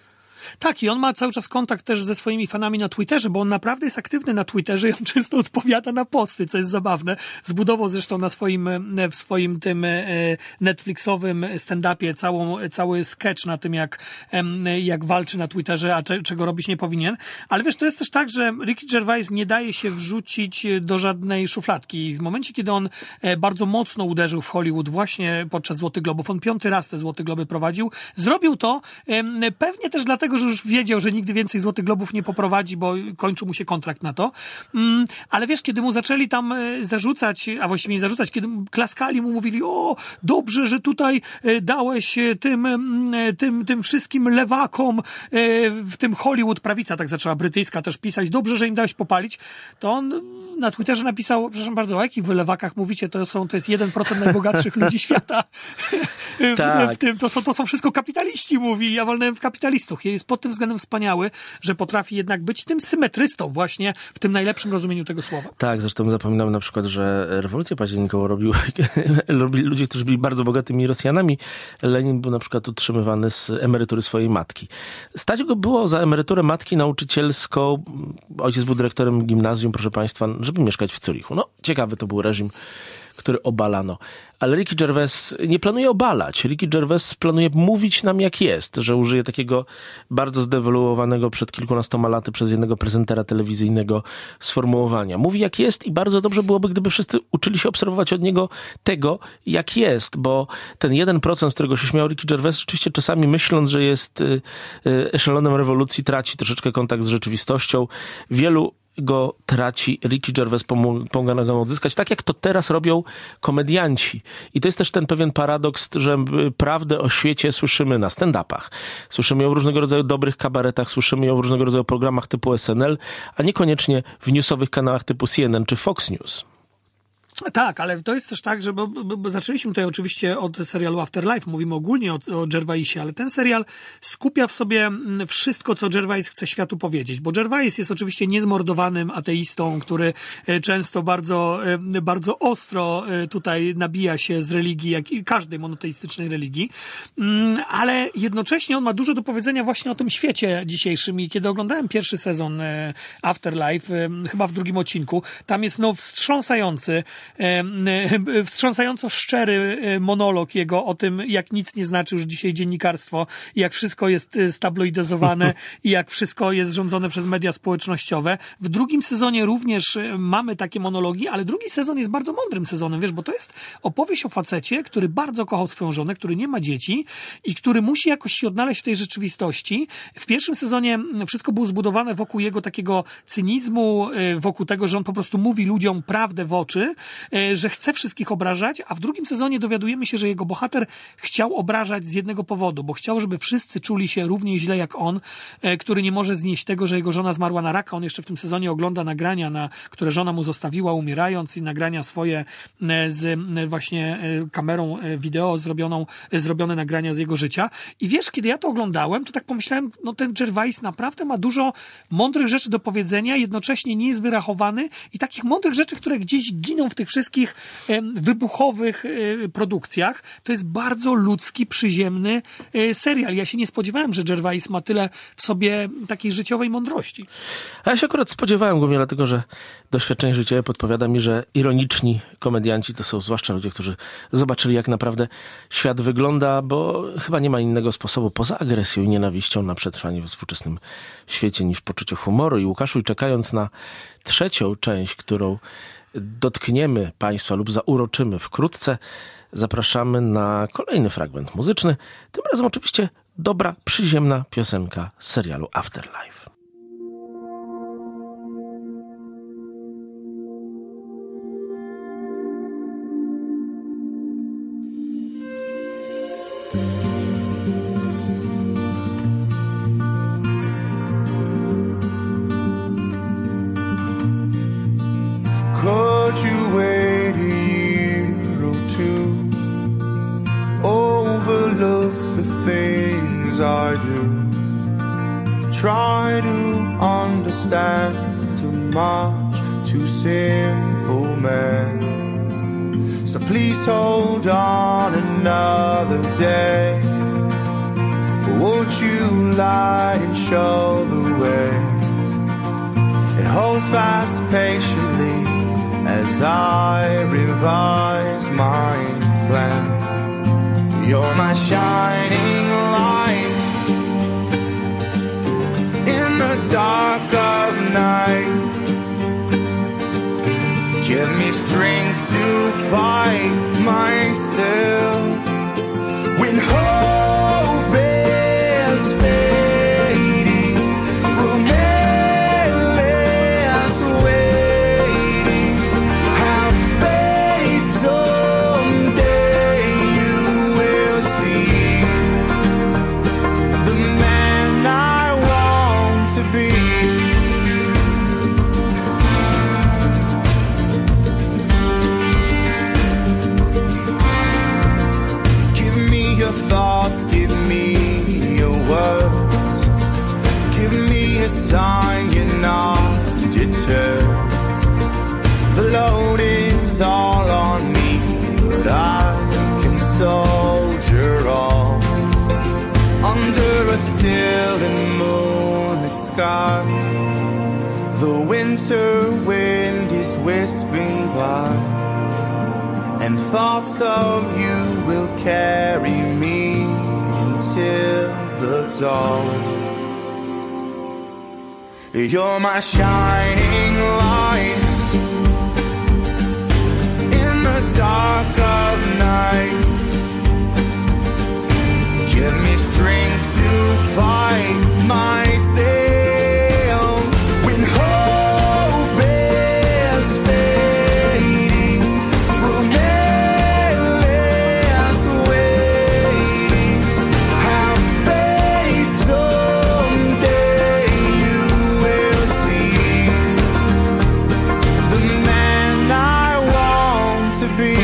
Tak, i on ma cały czas kontakt też ze swoimi fanami na Twitterze, bo on naprawdę jest aktywny na Twitterze i on często odpowiada na posty, co jest zabawne. Zbudował zresztą w swoim tym Netflixowym stand-upie cały sketch na tym, jak walczy na Twitterze, a czego robić nie powinien. Ale wiesz, to jest też tak, że Ricky Gervais nie daje się wrzucić do żadnej szufladki. I w momencie, kiedy on bardzo mocno uderzył w Hollywood właśnie podczas Złotych Globów, on 5. raz te Złote Globy prowadził, zrobił to pewnie też dlatego, że już wiedział, że nigdy więcej Złotych Globów nie poprowadzi, bo kończył mu się kontrakt na to. Ale wiesz, kiedy mu zaczęli tam zarzucać, a właściwie nie zarzucać, kiedy klaskali mu, mówili, o, dobrze, że tutaj dałeś tym wszystkim lewakom w tym Hollywood, prawica tak zaczęła brytyjska też pisać, dobrze, że im dałeś popalić, to on na Twitterze napisał, przepraszam bardzo, o jakich wy lewakach mówicie, to jest 1% najbogatszych ludzi świata. Tak. To są wszystko kapitaliści, mówi, ja walnąłem w kapitalistów. Jest pod tym względem wspaniały, że potrafi jednak być tym symetrystą właśnie w tym najlepszym rozumieniu tego słowa. Tak, zresztą zapominam na przykład, że rewolucję październikową robili ludzie, którzy byli bardzo bogatymi Rosjanami. Lenin był na przykład utrzymywany z emerytury swojej matki. Stać go było za emeryturę matki nauczycielską. Ojciec był dyrektorem gimnazjum, proszę państwa, żeby mieszkać w Zurichu. No, ciekawy to był reżim, który obalano. Ale Ricky Gervais nie planuje obalać. Ricky Gervais planuje mówić nam jak jest, że użyje takiego bardzo zdewaluowanego przed kilkunastoma laty przez jednego prezentera telewizyjnego sformułowania. Mówi jak jest i bardzo dobrze byłoby, gdyby wszyscy uczyli się obserwować od niego tego, jak jest, bo ten 1%, z którego się śmiał Ricky Gervais, rzeczywiście czasami myśląc, że jest eszelonem rewolucji, traci troszeczkę kontakt z rzeczywistością. Wielu go traci, Ricky Gervais pomaga nam odzyskać, tak jak to teraz robią komedianci. I to jest też ten pewien paradoks, że prawdę o świecie słyszymy na stand-upach. Słyszymy ją w różnego rodzaju dobrych kabaretach, słyszymy ją w różnego rodzaju programach typu SNL, a niekoniecznie w newsowych kanałach typu CNN czy Fox News. Tak, ale to jest też tak, że bo zaczęliśmy tutaj oczywiście od serialu Afterlife, mówimy ogólnie o Gervaisie, ale ten serial skupia w sobie wszystko, co Gervais chce światu powiedzieć, bo Gervais jest oczywiście niezmordowanym ateistą, który często bardzo, bardzo ostro tutaj nabija się z religii, jak i każdej monoteistycznej religii, ale jednocześnie on ma dużo do powiedzenia właśnie o tym świecie dzisiejszym i kiedy oglądałem pierwszy sezon Afterlife, chyba w 2. odcinku, tam jest wstrząsająco szczery monolog jego o tym, jak nic nie znaczy już dzisiaj dziennikarstwo i jak wszystko jest stabloidyzowane i jak wszystko jest rządzone przez media społecznościowe. W 2. sezonie również mamy takie monologi, ale 2. sezon jest bardzo mądrym sezonem, wiesz, bo to jest opowieść o facecie, który bardzo kochał swoją żonę, który nie ma dzieci i który musi jakoś się odnaleźć w tej rzeczywistości. W 1. sezonie wszystko było zbudowane wokół jego takiego cynizmu, wokół tego, że on po prostu mówi ludziom prawdę w oczy, że chce wszystkich obrażać, a w 2. sezonie dowiadujemy się, że jego bohater chciał obrażać z jednego powodu, bo chciał, żeby wszyscy czuli się równie źle jak on, który nie może znieść tego, że jego żona zmarła na raka. On jeszcze w tym sezonie ogląda nagrania, które żona mu zostawiła umierając i nagrania swoje z właśnie kamerą wideo zrobione nagrania z jego życia. I wiesz, kiedy ja to oglądałem, to tak pomyślałem, no ten Gervais naprawdę ma dużo mądrych rzeczy do powiedzenia, jednocześnie nie jest wyrachowany i takich mądrych rzeczy, które gdzieś giną w tych wszystkich wybuchowych produkcjach. To jest bardzo ludzki, przyziemny serial. Ja się nie spodziewałem, że Gervais ma tyle w sobie takiej życiowej mądrości. A ja się akurat spodziewałem, głównie dlatego, że doświadczenie życiowe podpowiada mi, że ironiczni komedianci to są zwłaszcza ludzie, którzy zobaczyli, jak naprawdę świat wygląda, bo chyba nie ma innego sposobu poza agresją i nienawiścią na przetrwanie we współczesnym świecie niż poczucie humoru. I Łukaszu, czekając na 3. część, którą dotkniemy Państwa lub zauroczymy wkrótce, zapraszamy na kolejny fragment muzyczny. Tym razem oczywiście dobra, przyziemna piosenka z serialu Afterlife. Could you wait a year or two? Overlook the things I do. Try to understand too much, too simple, man. So please hold on another day. Won't you light and show the way. And hold fast patiently as I revise my plan. You're my shining light in the dark of night. Give me strength to fight myself when hope is fading from endless waiting. Have faith someday you will see the man I want to be. Thoughts, give me your words, give me a sign you're not deterred. The load is all on me, but I can soldier on. Under a still and moonlit sky, the winter wind is whispering by, and thoughts of you will carry me until the dawn. You're my shining light in the dark of night. Give me strength to fight myself when hope is fading from endless waiting. Have faith someday you will see the man I want to be.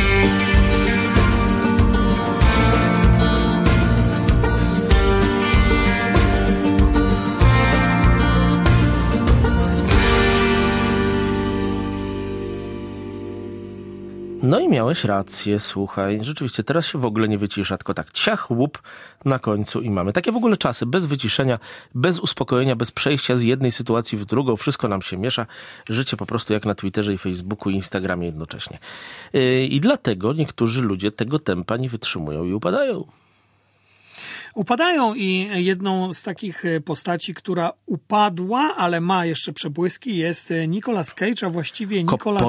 No i miałeś rację, słuchaj. Rzeczywiście, teraz się w ogóle nie wycisza, tylko tak ciach, łup na końcu i mamy. Takie w ogóle czasy, bez wyciszenia, bez uspokojenia, bez przejścia z jednej sytuacji w drugą. Wszystko nam się miesza. Życie po prostu jak na Twitterze i Facebooku i Instagramie jednocześnie. I dlatego niektórzy ludzie tego tempa nie wytrzymują i upadają. Upadają i jedną z takich postaci, która upadła, ale ma jeszcze przebłyski, jest Nicolas Cage, a właściwie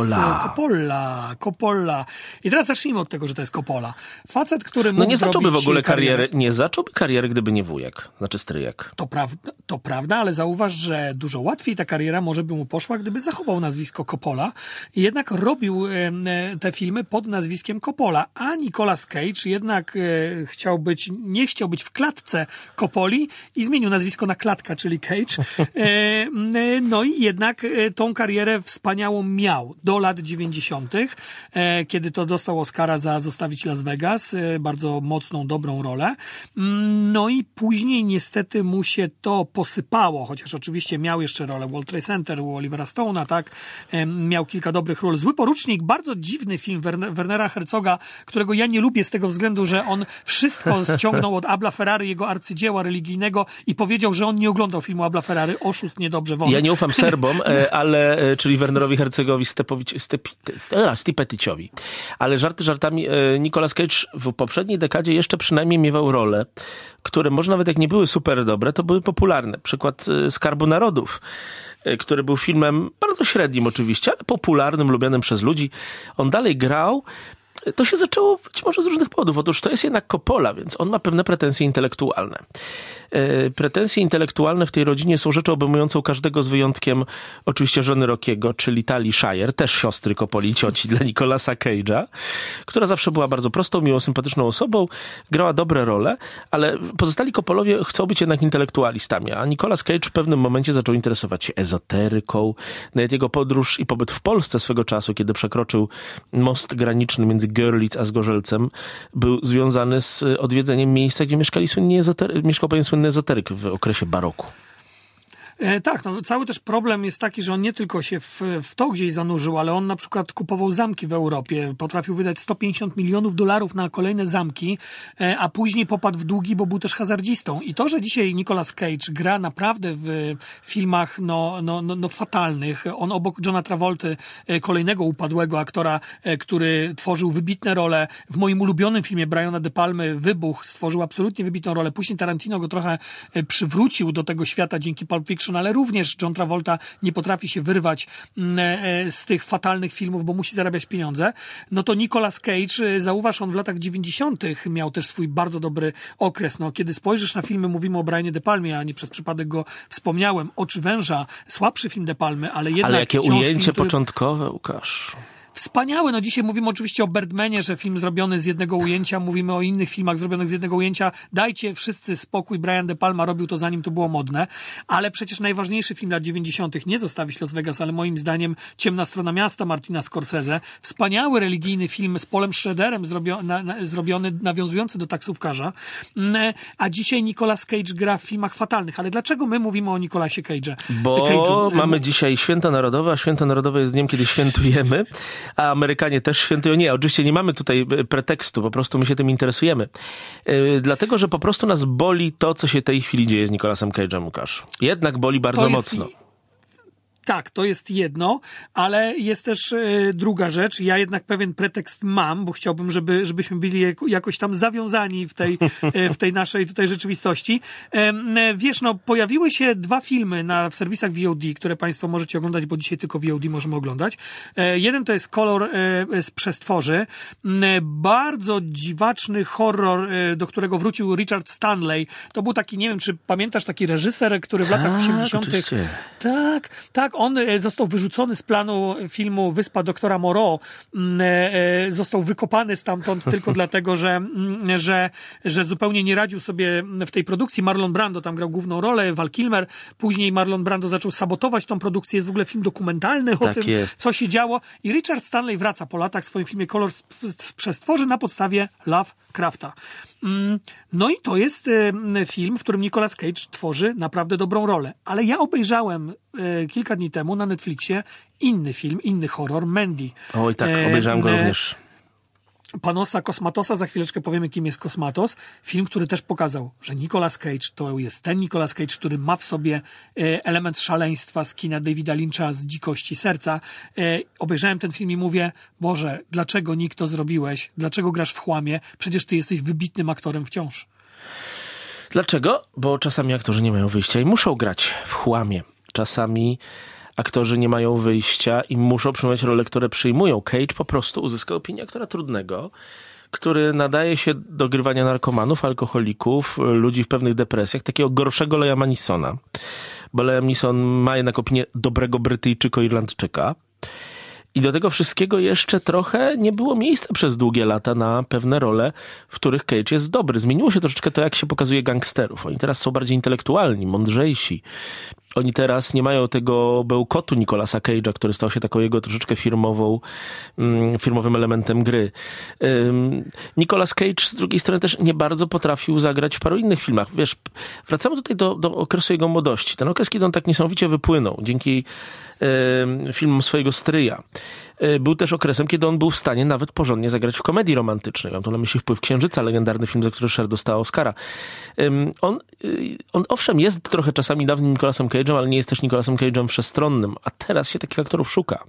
Coppola. I teraz zacznijmy od tego, że to jest Coppola. Facet, który mógł nie zacząłby w ogóle karierę. Nie zacząłby kariery, gdyby nie wujek, znaczy stryjek. To prawda, ale zauważ, że dużo łatwiej ta kariera może by mu poszła, gdyby zachował nazwisko Coppola i jednak robił te filmy pod nazwiskiem Coppola, a Nicolas Cage jednak nie chciał być w klatce Coppoli i zmienił nazwisko na Klatka, czyli Cage. No i jednak tą karierę wspaniałą miał do lat 90., kiedy to dostał Oscara za Zostawić Las Vegas, bardzo mocną, dobrą rolę. No i później niestety mu się to posypało, chociaż oczywiście miał jeszcze rolę World Trade Center u Olivera Stone'a, tak? Miał kilka dobrych ról. Zły Porucznik, bardzo dziwny film Wernera Herzoga, którego ja nie lubię z tego względu, że on wszystko ściągnął od Abla Ferrari, jego arcydzieła religijnego i powiedział, że on nie oglądał filmu Abla Ferrari. Oszust niedobrzy wąt. Ja nie ufam Serbom, ale, czyli Wernerowi Herzogowi Stipeticiowi. Ale żarty żartami, Nicolas Cage w poprzedniej dekadzie jeszcze przynajmniej miewał role, które może nawet jak nie były super dobre, to były popularne. Przykład Skarbu Narodów, który był filmem bardzo średnim oczywiście, ale popularnym, lubianym przez ludzi. On dalej grał. To się zaczęło być może z różnych powodów. Otóż to jest jednak Coppola, więc on ma pewne pretensje intelektualne. Pretensje intelektualne w tej rodzinie są rzeczą obejmującą każdego z wyjątkiem oczywiście żony Rockiego, czyli Tali Shire, też siostry Coppoli, cioci dla Nicolasa Cage'a, która zawsze była bardzo prostą, miłą, sympatyczną osobą, grała dobre role, ale pozostali Coppolowie chcą być jednak intelektualistami, a Nicolas Cage w pewnym momencie zaczął interesować się ezoteryką. Nawet jego podróż i pobyt w Polsce swego czasu, kiedy przekroczył most graniczny między Görlitz a Zgorzelcem, był związany z odwiedzeniem miejsca, gdzie mieszkał pewien słynny ezoteryk w okresie baroku. Tak, no cały też problem jest taki, że on nie tylko się w to gdzieś zanurzył, ale on na przykład kupował zamki w Europie, potrafił wydać $150 milionów na kolejne zamki, a później popadł w długi, bo był też hazardzistą. I to, że dzisiaj Nicolas Cage gra naprawdę w filmach fatalnych, on obok Johna Travolty, kolejnego upadłego aktora, który tworzył wybitne role, w moim ulubionym filmie Briana De Palmy Wybuch stworzył absolutnie wybitną rolę, później Tarantino go trochę przywrócił do tego świata dzięki Pulp Fiction, ale również John Travolta nie potrafi się wyrwać z tych fatalnych filmów, bo musi zarabiać pieniądze. No to Nicolas Cage, zauważ, on w latach 90. miał też swój bardzo dobry okres. No, kiedy spojrzysz na filmy, mówimy o Brianie De Palmie, a nie przez przypadek go wspomniałem, Oczy węża, słabszy film De Palmy, ale jednak... Ale jakie ujęcie film, początkowe, Łukasz. Wspaniałe. No dzisiaj mówimy oczywiście o Birdmanie, że film zrobiony z jednego ujęcia, mówimy o innych filmach zrobionych z jednego ujęcia. Dajcie wszyscy spokój, Brian De Palma robił to zanim to było modne, ale przecież najważniejszy film lat 90. nie Zostawić Las Vegas, ale moim zdaniem Ciemna strona miasta Martina Scorsese. Wspaniały religijny film z Paulem Schraderem zrobiony, nawiązujący do Taksówkarza. A dzisiaj Nicolas Cage gra w filmach fatalnych. Ale dlaczego my mówimy o Nicolasie Cage'ie? Bo mamy dzisiaj Święto Narodowe, a Święto Narodowe jest dniem, kiedy świętujemy, a Amerykanie też świętują. Nie, oczywiście nie mamy tutaj pretekstu, po prostu my się tym interesujemy. Dlatego, że po prostu nas boli to, co się w tej chwili dzieje z Nicolasem Cage'em, Łukasz. Jednak boli bardzo mocno. Tak, to jest jedno, ale jest też druga rzecz. Ja jednak pewien pretekst mam, bo chciałbym, żebyśmy byli jakoś tam zawiązani w tej naszej tutaj rzeczywistości. Wiesz, no pojawiły się 2 filmy w serwisach VOD, które Państwo możecie oglądać, bo dzisiaj tylko VOD możemy oglądać. Jeden to jest Kolor z Przestworzy. Bardzo dziwaczny horror, do którego wrócił Richard Stanley. To był taki, nie wiem, czy pamiętasz, taki reżyser, który w latach 80. Oczywiście. Tak, on został wyrzucony z planu filmu Wyspa doktora Moreau. Został wykopany stamtąd tylko dlatego, że zupełnie nie radził sobie w tej produkcji. Marlon Brando tam grał główną rolę, Val Kilmer. Później Marlon Brando zaczął sabotować tą produkcję. Jest w ogóle film dokumentalny o tym, co się działo. I Richard Stanley wraca po latach w swoim filmie Kolor z Przestworzy na podstawie Lovecrafta. No i to jest film, w którym Nicolas Cage tworzy naprawdę dobrą rolę. Ale ja obejrzałem kilka dni temu na Netflixie inny film, inny horror, Mandy. Oj tak, obejrzałem go również. Panosa Kosmatosa, za chwileczkę powiemy, kim jest Kosmatos. Film, który też pokazał, że Nicolas Cage to jest ten Nicolas Cage, który ma w sobie element szaleństwa z kina Davida Lyncha, z Dzikości serca. Obejrzałem ten film i mówię, Boże, dlaczego Nick to zrobiłeś? Dlaczego grasz w chłamie? Przecież ty jesteś wybitnym aktorem wciąż. Dlaczego? Bo czasami aktorzy nie mają wyjścia i muszą grać w chłamie. Czasami aktorzy nie mają wyjścia i muszą przyjmować role, które przyjmują. Cage po prostu uzyskał opinię aktora trudnego, który nadaje się do grywania narkomanów, alkoholików, ludzi w pewnych depresjach, takiego gorszego Liama Neesona. Bo Liam Neeson ma jednak opinię dobrego Brytyjczyko-Irlandczyka. I do tego wszystkiego jeszcze trochę nie było miejsca przez długie lata na pewne role, w których Cage jest dobry. Zmieniło się troszeczkę to, jak się pokazuje gangsterów. Oni teraz są bardziej intelektualni, mądrzejsi. Oni teraz nie mają tego bełkotu Nicolasa Cage'a, który stał się taką jego troszeczkę firmowym elementem gry. Nicolas Cage z drugiej strony też nie bardzo potrafił zagrać w paru innych filmach. Wiesz, wracamy tutaj do okresu jego młodości. Ten okres, kiedy on tak niesamowicie wypłynął dzięki filmom swojego stryja. Był też okresem, kiedy on był w stanie nawet porządnie zagrać w komedii romantycznej. Mam tu na myśli Wpływ Księżyca, legendarny film, za który Cher dostała Oscara. On owszem jest trochę czasami dawnym Nicolasem Cage'em, ale nie jest też Nicolasem Cage'em wszechstronnym, a teraz się takich aktorów szuka.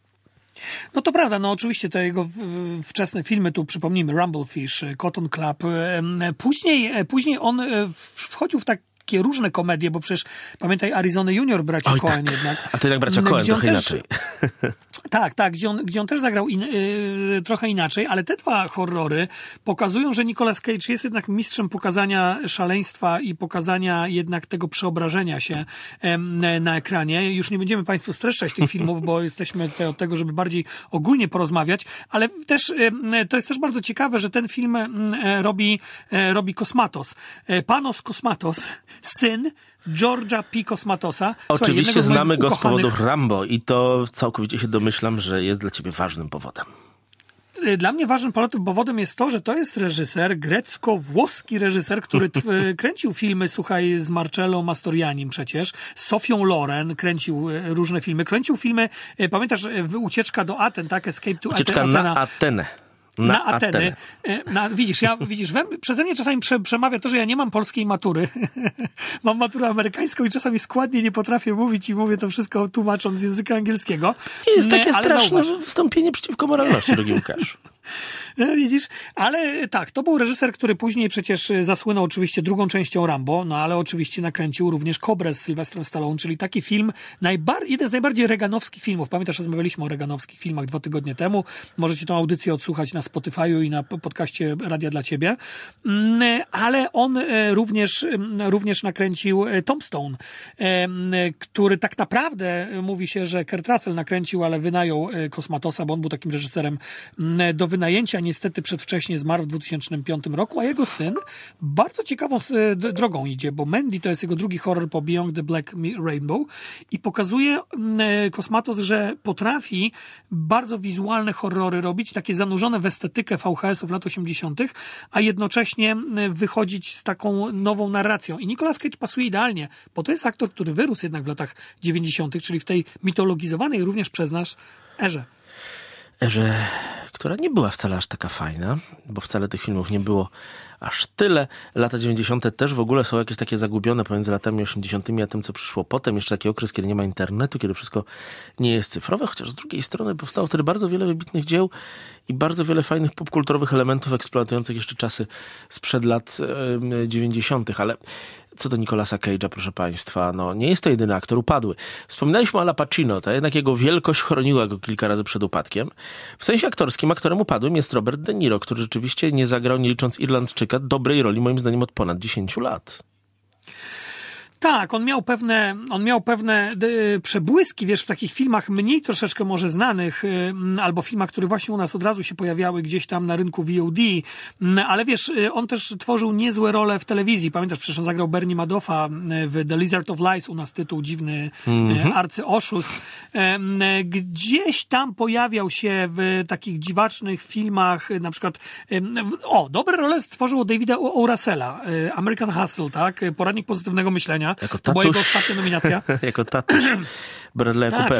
No to prawda, no oczywiście te jego wczesne filmy, tu przypomnijmy Rumblefish, Cotton Club. Później on wchodził w takie różne komedie, bo przecież pamiętaj Arizona Junior braci Coen tak. jednak. A to jednak bracia Coen trochę inaczej. Tak, gdzie on też zagrał trochę inaczej, ale te 2 horrory pokazują, że Nicolas Cage jest jednak mistrzem pokazania szaleństwa i pokazania jednak tego przeobrażenia się na ekranie. Już nie będziemy Państwu streszczać tych filmów, bo jesteśmy tutaj od tego, żeby bardziej ogólnie porozmawiać, ale też to jest też bardzo ciekawe, że ten film robi Kosmatos. Panos Kosmatos, syn George'a P. Kosmatosa. Oczywiście znamy go z powodów Rambo i to całkowicie się domyślam, że jest dla ciebie ważnym powodem. Dla mnie ważnym powodem jest to, że to jest reżyser, grecko-włoski reżyser, który kręcił filmy, słuchaj, z Marcello Mastroiannim przecież, z Sofią Loren kręcił różne filmy. Kręcił filmy, pamiętasz, Ucieczka do Aten, tak? Escape to Ucieczka na Atenę. Na Ateny. Widzisz, przeze mnie czasami przemawia to, że ja nie mam polskiej matury. Mam maturę amerykańską i czasami składnie nie potrafię mówić i mówię to wszystko tłumacząc z języka angielskiego. Jest takie straszne wystąpienie przeciwko moralności, drogi Łukasz. Widzisz? Ale tak, to był reżyser, który później przecież zasłynął oczywiście drugą częścią Rambo, no ale oczywiście nakręcił również Kobrę z Sylwestrem Stallone, czyli taki film, jeden z najbardziej reganowskich filmów. Pamiętasz, rozmawialiśmy o reganowskich filmach 2 tygodnie temu. Możecie tą audycję odsłuchać na Spotify'u i na podcaście Radia dla Ciebie. Ale on również nakręcił Tombstone, który tak naprawdę mówi się, że Kurt Russell nakręcił, ale wynajął Kosmatosa, bo on był takim reżyserem do wynajęcia. Niestety przedwcześnie zmarł w 2005 roku, a jego syn bardzo ciekawą drogą idzie, bo Mandy to jest jego drugi horror po Beyond the Black Rainbow i pokazuje Kosmatos, że potrafi bardzo wizualne horrory robić, takie zanurzone w estetykę VHS-ów lat 80., a jednocześnie wychodzić z taką nową narracją. I Nicolas Cage pasuje idealnie, bo to jest aktor, który wyrósł jednak w latach 90., czyli w tej mitologizowanej również przez nas erze, która nie była wcale aż taka fajna, bo wcale tych filmów nie było aż tyle. Lata 90. też w ogóle są jakieś takie zagubione pomiędzy latami 80. a tym, co przyszło potem. Jeszcze taki okres, kiedy nie ma internetu, kiedy wszystko nie jest cyfrowe, chociaż z drugiej strony powstało wtedy bardzo wiele wybitnych dzieł i bardzo wiele fajnych popkulturowych elementów eksploatujących jeszcze czasy sprzed lat 90. Ale co do Nicolasa Cage'a, proszę państwa, no nie jest to jedyny aktor upadły. Wspominaliśmy o Al Pacino, to jednak jego wielkość chroniła go kilka razy przed upadkiem. W sensie aktorskim aktorem upadłym jest Robert De Niro, który rzeczywiście nie zagrał, nie licząc Irlandczyka, dobrej roli moim zdaniem od ponad 10 lat. Tak, on miał pewne przebłyski, wiesz, w takich filmach mniej troszeczkę może znanych, albo filmach, które właśnie u nas od razu się pojawiały gdzieś tam na rynku VOD, ale wiesz, on też tworzył niezłe role w telewizji. Pamiętasz, przecież on zagrał Bernie Madoffa w The Lizard of Lies, u nas tytuł dziwny, arcyoszust. Gdzieś tam pojawiał się w takich dziwacznych filmach, na przykład, dobre role stworzył Davida O. Russella, American Hustle, tak? Poradnik pozytywnego myślenia. Jako to była jego ostatnia nominacja. Jako tatuś Bradley'a Coopera.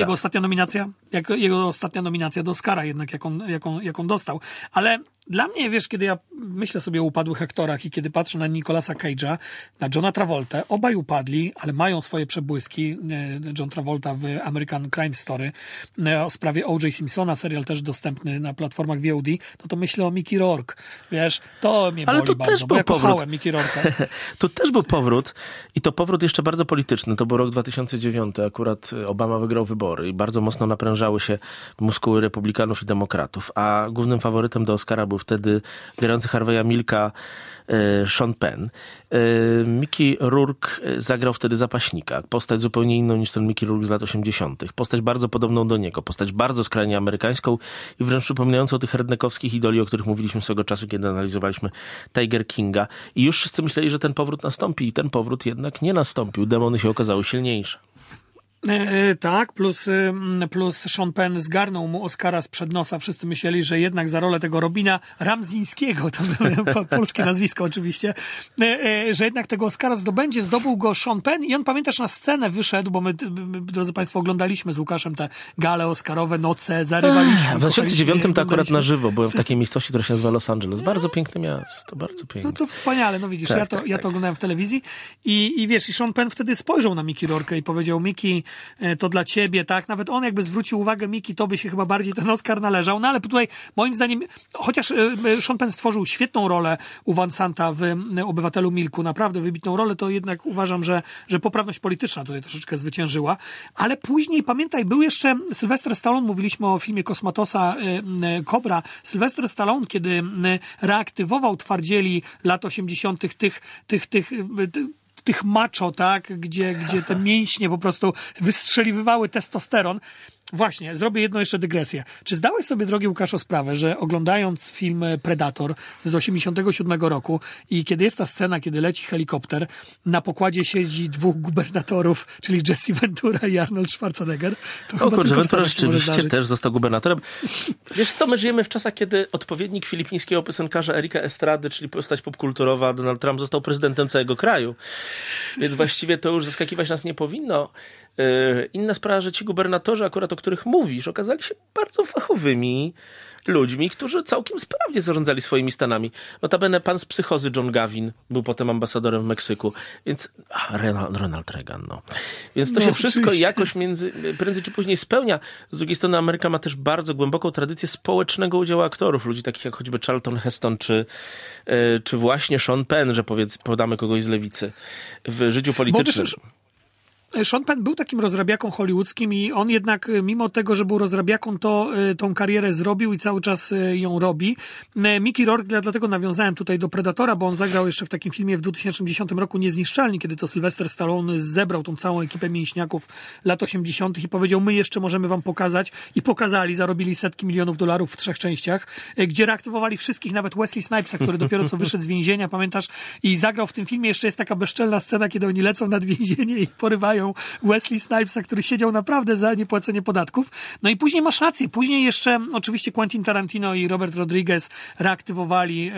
Jego ostatnia nominacja do Oscara jednak, jaką dostał. Ale dla mnie, wiesz, kiedy ja myślę sobie o upadłych aktorach i kiedy patrzę na Nicolasa Cage'a, na Johna Travoltę, obaj upadli, ale mają swoje przebłyski. John Travolta w American Crime Story o sprawie O.J. Simpsona, serial też dostępny na platformach VOD, to myślę o Mickey Rourke. Wiesz, to mnie boli bardzo, bo ja kochałem Mickey Rourke'a. Tu też był powrót i to powrót jeszcze bardzo polityczny. To był rok 2009, akurat Obama wygrał wybory i bardzo mocno naprężały się muskuły republikanów i demokratów, a głównym faworytem do Oscara był wtedy grający Harveya Milka Sean Penn. Mickey Rourke zagrał wtedy zapaśnika. Postać zupełnie inną niż ten Mickey Rourke z lat 80. Postać bardzo podobną do niego. Postać bardzo skrajnie amerykańską i wręcz przypominającą tych redneckowskich idoli, o których mówiliśmy swego czasu, kiedy analizowaliśmy Tiger Kinga. I już wszyscy myśleli, że ten powrót nastąpi i ten powrót jednak nie nastąpił. Demony się okazały silniejsze. Tak, plus Sean Penn zgarnął mu Oscara sprzed nosa. Wszyscy myśleli, że jednak za rolę tego Robina Ramzińskiego, to polskie nazwisko oczywiście, że jednak tego Oscara zdobędzie. Zdobył go Sean Penn i on, pamiętasz, na scenę wyszedł, bo my, drodzy państwo, oglądaliśmy z Łukaszem te gale oscarowe, noce, zarywaliśmy. W 2009 to akurat na żywo byłem w takiej miejscowości, która się nazywa Los Angeles. Bardzo piękne miasto, bardzo piękne. No to wspaniale, no widzisz, tak, ja to oglądałem w telewizji i wiesz, i Sean Penn wtedy spojrzał na Mickey Rourke'a i powiedział: Mickey, to dla ciebie, tak? Nawet on jakby zwrócił uwagę, Mickey, to by się chyba bardziej ten Oscar należał. No ale tutaj moim zdaniem, chociaż Sean Penn stworzył świetną rolę u Van Santa w Obywatelu Milku, naprawdę wybitną rolę, to jednak uważam, że poprawność polityczna tutaj troszeczkę zwyciężyła. Ale później, pamiętaj, był jeszcze Sylvester Stallone, mówiliśmy o filmie Kosmatosa Cobra. Sylvester Stallone, kiedy reaktywował twardzieli lat 80. tych macho, tak, gdzie te mięśnie po prostu wystrzeliwywały testosteron. Właśnie, zrobię jedną jeszcze dygresję. Czy zdałeś sobie, drogi Łukaszu, sprawę, że oglądając film Predator z 87 roku i kiedy jest ta scena, kiedy leci helikopter, na pokładzie siedzi 2 gubernatorów, czyli Jesse Ventura i Arnold Schwarzenegger. O kurczę, Ventura rzeczywiście też został gubernatorem. Wiesz co, my żyjemy w czasach, kiedy odpowiednik filipińskiego piosenkarza Erika Estrady, czyli postać popkulturowa, Donald Trump, został prezydentem całego kraju. Więc właściwie to już zaskakiwać nas nie powinno. Inna sprawa, że ci gubernatorzy, akurat o których mówisz, okazali się bardzo fachowymi ludźmi, którzy całkiem sprawnie zarządzali swoimi stanami. Notabene pan z psychozy John Gavin był potem ambasadorem w Meksyku, więc Ronald Reagan, no. Więc to się wszystko oczywiście jakoś prędzej czy później spełnia. Z drugiej strony Ameryka ma też bardzo głęboką tradycję społecznego udziału aktorów, ludzi takich jak choćby Charlton Heston, czy właśnie Sean Penn, że podamy kogoś z lewicy w życiu politycznym. Sean Penn był takim rozrabiaką hollywoodzkim i on jednak, mimo tego, że był rozrabiaką, to tą karierę zrobił i cały czas ją robi. Mickey Rourke, dlatego nawiązałem tutaj do Predatora, bo on zagrał jeszcze w takim filmie w 2010 roku Niezniszczalni, kiedy to Sylvester Stallone zebrał tą całą ekipę mięśniaków lat 80. i powiedział, my jeszcze możemy wam pokazać. I pokazali, zarobili setki milionów dolarów w 3 częściach, gdzie reaktywowali wszystkich, nawet Wesley Snipesa, który dopiero co wyszedł z więzienia, pamiętasz? I zagrał w tym filmie. Jeszcze jest taka bezczelna scena, kiedy oni lecą nad więzienie i porywają Wesley Snipesa, który siedział naprawdę za niepłacenie podatków. No i później masz rację. Później jeszcze oczywiście Quentin Tarantino i Robert Rodriguez reaktywowali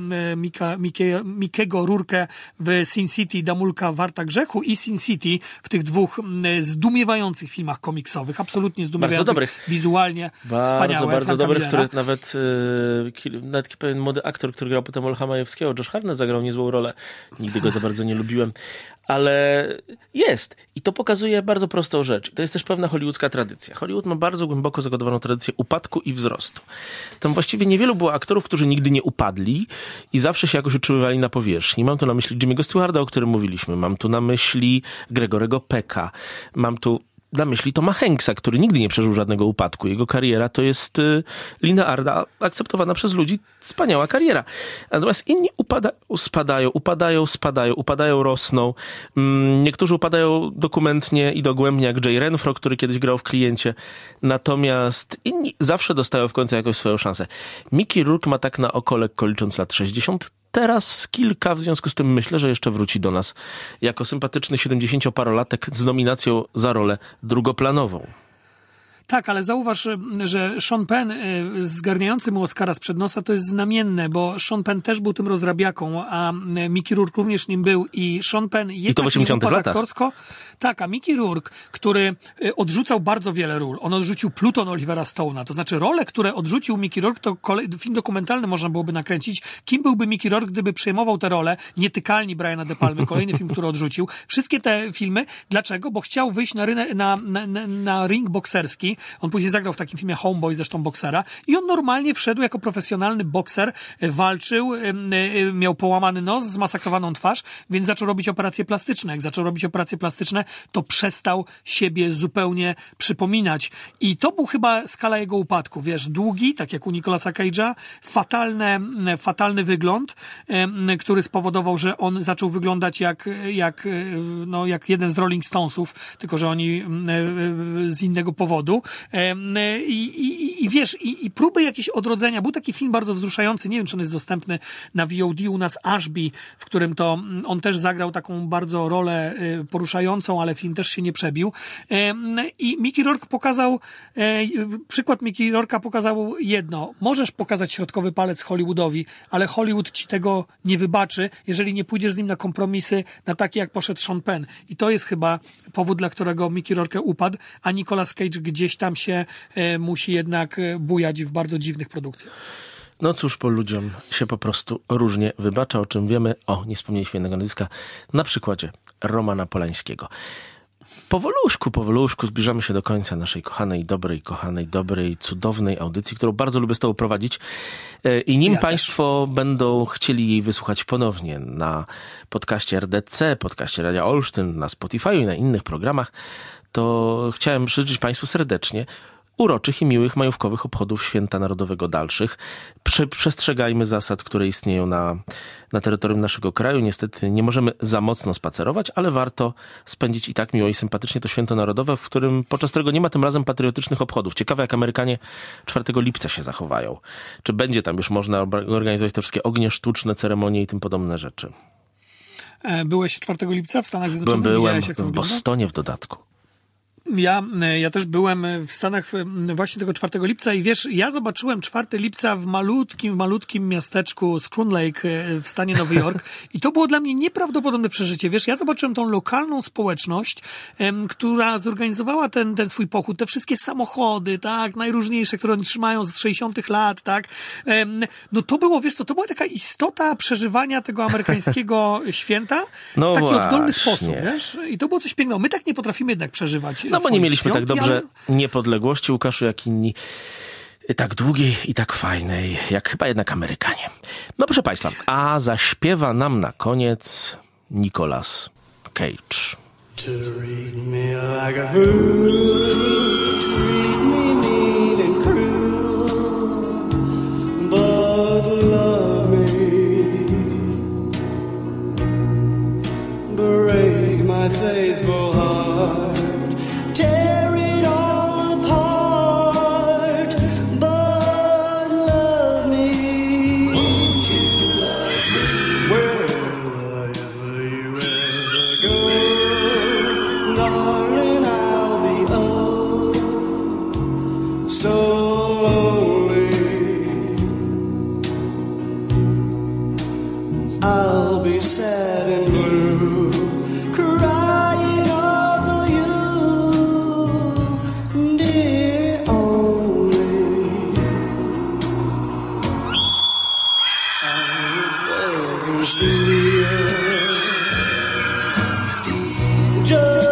Mickey'ego Rourke'a w Sin City, Damulka Warta Grzechu i Sin City w tych 2 zdumiewających filmach komiksowych. Absolutnie zdumiewających. Bardzo dobrych. Wizualnie wspaniałe. Bardzo dobrych, które nawet pewien młody aktor, który grał potem Olcha Majewskiego, Josh Hartnett, zagrał niezłą rolę. Nigdy go za bardzo nie lubiłem. Ale jest. I to pokazuje bardzo prostą rzecz. To jest też pewna hollywoodzka tradycja. Hollywood ma bardzo głęboko zakodowaną tradycję upadku i wzrostu. Tam właściwie niewielu było aktorów, którzy nigdy nie upadli i zawsze się jakoś utrzymywali na powierzchni. Mam tu na myśli Jimmy'ego Stewarda, o którym mówiliśmy. Mam tu na myśli Gregorego Pecka. Mam tu na myśli Toma Hanksa, który nigdy nie przeżył żadnego upadku. Jego kariera to jest linearna, akceptowana przez ludzi, wspaniała kariera. Natomiast inni upadają, rosną. Niektórzy upadają dokumentnie i dogłębnie, jak Jay Renfro, który kiedyś grał w Kliencie. Natomiast inni zawsze dostają w końcu jakąś swoją szansę. Mickey Rourke ma tak na oko, lekko licząc, lat 60. Teraz kilka, w związku z tym myślę, że jeszcze wróci do nas jako sympatyczny 70-parolatek z nominacją za rolę drugoplanową. Tak, ale zauważ, że Sean Penn zgarniający mu Oscara sprzed nosa to jest znamienne, bo Sean Penn też był tym rozrabiaką, a Mickey Rourke również nim był i Sean Penn i to w 80 latach. Aktorsko. Tak, a Mickey Rourke, który odrzucał bardzo wiele ról. On odrzucił Pluton Olivera Stone'a, to znaczy role, które odrzucił Mickey Rourke, to film dokumentalny można byłoby nakręcić. Kim byłby Mickey Rourke, gdyby przejmował te role? Nietykalni Briana De Palmy, kolejny film, który odrzucił. Wszystkie te filmy. Dlaczego? Bo chciał wyjść na ring bokserski. On później zagrał w takim filmie Homeboy, zresztą boksera. I on normalnie wszedł jako profesjonalny bokser, walczył, miał połamany nos, zmasakrowaną twarz, więc zaczął robić operacje plastyczne. Jak zaczął robić operacje plastyczne, to przestał siebie zupełnie przypominać. I to był chyba skala jego upadku. Wiesz, długi, tak jak u Nicolasa Cage'a, fatalny wygląd, który spowodował, że on zaczął wyglądać jak jeden z Rolling Stonesów, tylko że oni z innego powodu. I wiesz, i próby jakieś odrodzenia. Był taki film bardzo wzruszający, nie wiem, czy on jest dostępny na VOD u nas, Ashby, w którym to on też zagrał taką bardzo rolę poruszającą, ale film też się nie przebił. I Mickey Rourke pokazał, przykład Mickey Rourke'a pokazał jedno. Możesz pokazać środkowy palec Hollywoodowi, ale Hollywood ci tego nie wybaczy, jeżeli nie pójdziesz z nim na kompromisy, na takie jak poszedł Sean Penn. I to jest chyba powód, dla którego Mickey Rourke upadł, a Nicolas Cage gdzieś tam się musi jednak bujać w bardzo dziwnych produkcjach. No cóż, po ludziom się po prostu różnie wybacza, o czym wiemy. Nie wspomnieliśmy jednego nazwiska, na przykładzie Romana Polańskiego. Powoluszku zbliżamy się do końca naszej dobrej, cudownej audycji, którą bardzo lubię z tobą prowadzić. I nim Państwo będą chcieli jej wysłuchać ponownie na podcaście RDC, podcaście Radia Olsztyn, na Spotify i na innych programach, to chciałem życzyć Państwu serdecznie uroczych i miłych majówkowych obchodów Święta Narodowego dalszych. Przestrzegajmy zasad, które istnieją na terytorium naszego kraju. Niestety nie możemy za mocno spacerować, ale warto spędzić i tak miło i sympatycznie to Święto Narodowe, podczas którego nie ma tym razem patriotycznych obchodów. Ciekawe, jak Amerykanie 4 lipca się zachowają. Czy będzie tam już można organizować te wszystkie ognie sztuczne, ceremonie i tym podobne rzeczy? Byłeś 4 lipca w Stanach Zjednoczonych? Byłem w Bostonie w dodatku. Ja też byłem w Stanach właśnie tego 4 lipca i wiesz, ja zobaczyłem 4 lipca w malutkim miasteczku Scroon Lake w stanie Nowy Jork i to było dla mnie nieprawdopodobne przeżycie. Wiesz, ja zobaczyłem tą lokalną społeczność, która zorganizowała ten swój pochód, te wszystkie samochody, tak, najróżniejsze, które oni trzymają z 60 lat, tak. No to było, wiesz co, to była taka istota przeżywania tego amerykańskiego święta w taki oddolny sposób, wiesz. I to było coś pięknego. My tak nie potrafimy jednak przeżywać. No bo nie mieliśmy świątki, tak dobrze niepodległości, Łukaszu, jak inni, tak długiej i tak fajnej, jak chyba jednak Amerykanie. No proszę Państwa, a zaśpiewa nam na koniec Nicolas Cage. Treat me like a fool, treat me mean and cruel, but love me, break my faithful heart. Tear it all apart, but love me. Won't you love me? Wherever you ever go, darling, I'll be so lonely. I'll be sad and blue, crying over you, dear only. I would beg or steal, just